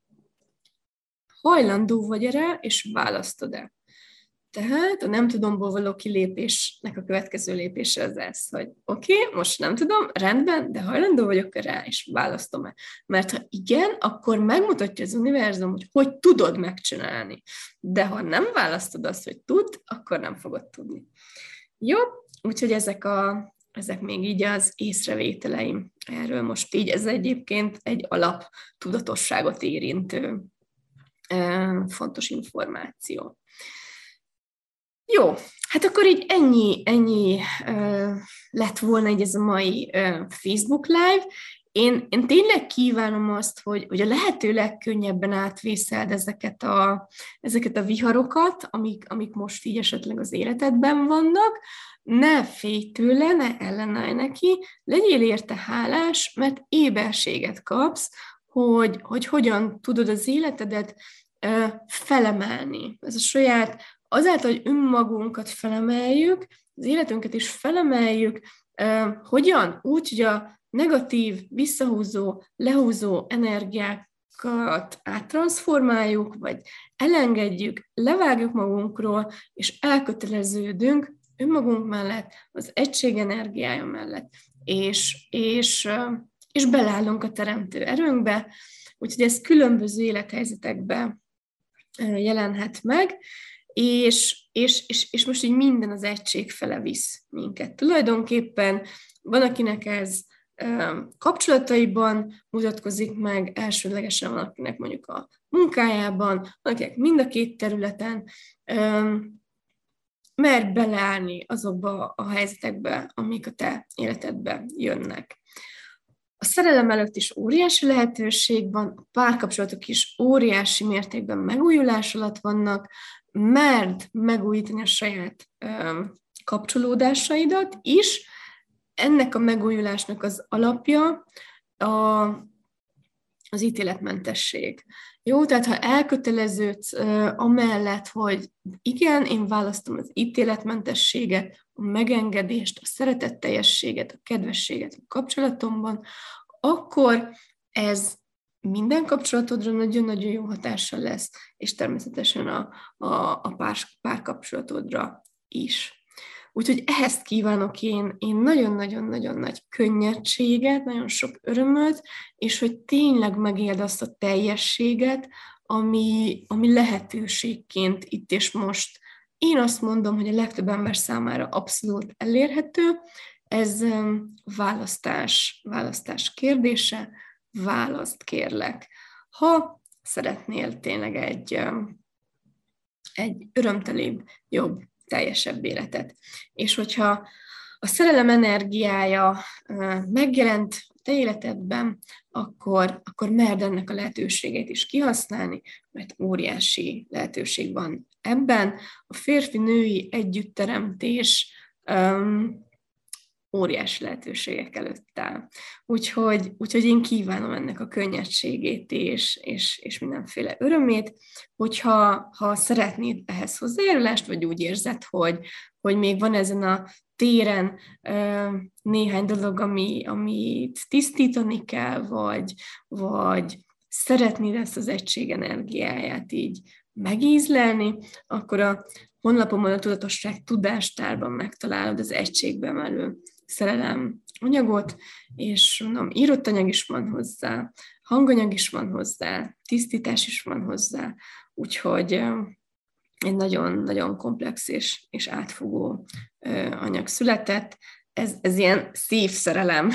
hajlandó vagy rá, és választod-e. Tehát a nem tudomból való kilépésnek a következő lépése az ez, hogy oké, most nem tudom, rendben, de hajlandó vagyok rá, és választom-e. Mert ha igen, akkor megmutatja az univerzum, hogy tudod megcsinálni. De ha nem választod azt, hogy tud, akkor nem fogod tudni. Jó, úgyhogy ezek még így az észrevételeim erről most így. Ez egyébként egy alap tudatosságot érintő fontos információ. Jó, hát akkor így ennyi lett volna így ez a mai Facebook Live. Én tényleg kívánom azt, hogy a lehető legkönnyebben átvészeld ezeket a viharokat, amik most így esetleg az életedben vannak. Ne félj tőle, ne ellenállj neki, legyél érte hálás, mert éberséget kapsz, hogy hogyan tudod az életedet felemelni. Ez a saját, azáltal, hogy önmagunkat felemeljük, az életünket is felemeljük, hogyan? Úgy, hogy a negatív, visszahúzó, lehúzó energiákat áttranszformáljuk, vagy elengedjük, levágjuk magunkról, és elköteleződünk önmagunk mellett, az egység energiája mellett, és beleállunk a teremtő erőnkbe, úgyhogy ez különböző élethelyzetekben jelenhet meg, és most így minden az egység fele visz minket. Tulajdonképpen van, akinek ez kapcsolataiban mutatkozik meg, elsődlegesen van, akinek mondjuk a munkájában, van, akinek mind a két területen mer beleállni azokba a helyzetekbe, amik a te életedbe jönnek. A szerelem előtt is óriási lehetőség van, a párkapcsolatok is óriási mértékben megújulás alatt vannak, merd megújítani a saját kapcsolódásaidat is. Ennek a megújulásnak az alapja az ítéletmentesség. Jó, tehát ha elköteleződsz amellett, hogy igen, én választom az ítéletmentességet, a megengedést, a szeretetteljességet, a kedvességet a kapcsolatomban, akkor ez minden kapcsolatodra nagyon-nagyon jó hatással lesz, és természetesen a párkapcsolatodra is. Úgyhogy ehhez kívánok én nagyon-nagyon-nagyon nagy könnyedséget, nagyon sok örömöt, és hogy tényleg megéld azt a teljességet, ami lehetőségként itt és most. Én azt mondom, hogy a legtöbb ember számára abszolút elérhető. Ez választás kérdése, választ kérlek. Ha szeretnél tényleg egy örömtelibb, jobb, teljesebb életet. És hogyha a szerelem energiája megjelent a te életedben, akkor merd ennek a lehetőségét is kihasználni, mert óriási lehetőség van ebben. A férfi-női együttteremtés óriási lehetőségek előtt áll. Úgyhogy én kívánom ennek a könnyedségét és mindenféle örömét, hogyha szeretnéd ehhez hozzájárulást, vagy úgy érzed, hogy még van ezen a téren néhány dolog, amit tisztítani kell, vagy szeretnéd ezt az egység energiáját így megízlelni, akkor a honlapomon a Tudatosság Tudástárban megtalálod az egységbeemelő szerelem anyagot, és mondom, írott anyag is van hozzá, hanganyag is van hozzá, tisztítás is van hozzá, úgyhogy egy nagyon-nagyon komplex és átfogó anyag született. Ez ilyen szívszerelem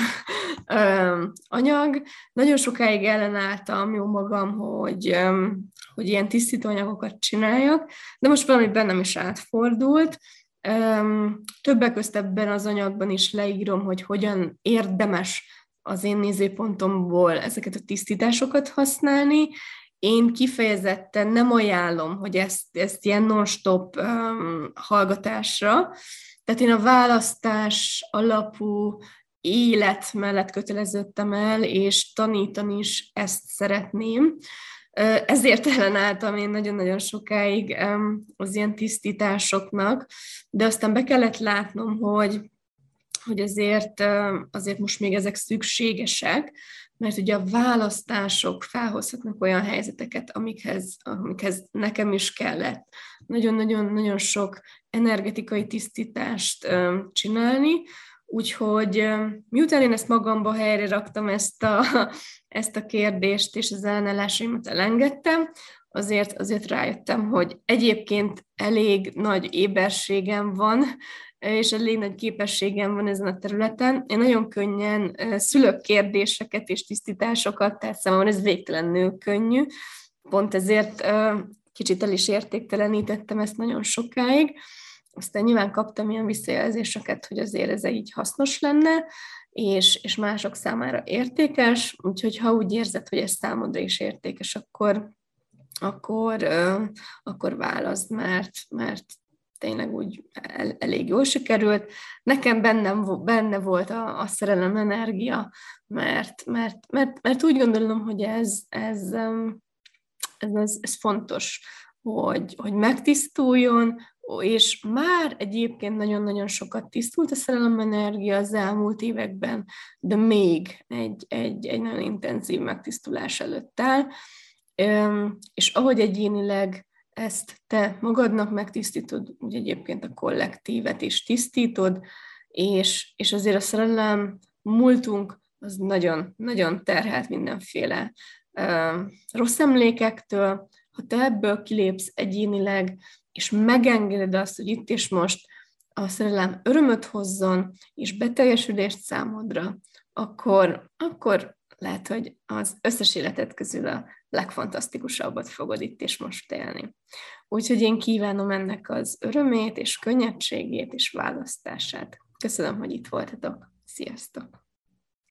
anyag. Nagyon sokáig ellenálltam jó magam, hogy ilyen tisztítóanyagokat csináljak, de most valami bennem is átfordult. Többek között ebben az anyagban is leírom, hogy hogyan érdemes az én nézőpontomból ezeket a tisztításokat használni. Én kifejezetten nem ajánlom, hogy ezt ilyen non-stop hallgatásra. Tehát én a választás alapú élet mellett köteleződtem el, és tanítani is ezt szeretném. Ezért ellenálltam én nagyon-nagyon sokáig az ilyen tisztításoknak, de aztán be kellett látnom, hogy azért most még ezek szükségesek, mert ugye a választások felhozhatnak olyan helyzeteket, amikhez nekem is kellett nagyon-nagyon sok energetikai tisztítást csinálni, úgyhogy miután én ezt magamba helyre raktam, ezt a kérdést, és az ellenállásaimat elengedtem, azért rájöttem, hogy egyébként elég nagy éberségem van, és elég nagy képességem van ezen a területen. Én nagyon könnyen szülök kérdéseket és tisztításokat, tehát számomra ez végtelenül könnyű. Pont ezért kicsit el is értéktelenítettem ezt nagyon sokáig. Aztán nyilván kaptam ilyen visszajelzéseket, hogy azért ez így hasznos lenne, és mások számára értékes, úgyhogy ha úgy érzed, hogy ez számodra is értékes, akkor válaszd, mert tényleg úgy elég jól sikerült. Nekem benne volt a szerelem energia, mert úgy gondolom, hogy ez fontos, hogy megtisztuljon, és már egyébként nagyon-nagyon sokat tisztult a szerelem energia az elmúlt években, de még egy nagyon intenzív megtisztulás előtt áll. És ahogy egyénileg ezt te magadnak megtisztítod, úgy egyébként a kollektívet is tisztítod, és azért a szerelem múltunk az nagyon, nagyon terhelt mindenféle rossz emlékektől. Ha te ebből kilépsz egyénileg, és megengeded azt, hogy itt és most a szerelem örömöt hozzon, és beteljesülést számodra, akkor lehet, hogy az összes életed közül a legfantasztikusabbat fogod itt és most élni. Úgyhogy én kívánom ennek az örömét, és könnyedségét, és választását. Köszönöm, hogy itt voltatok. Sziasztok!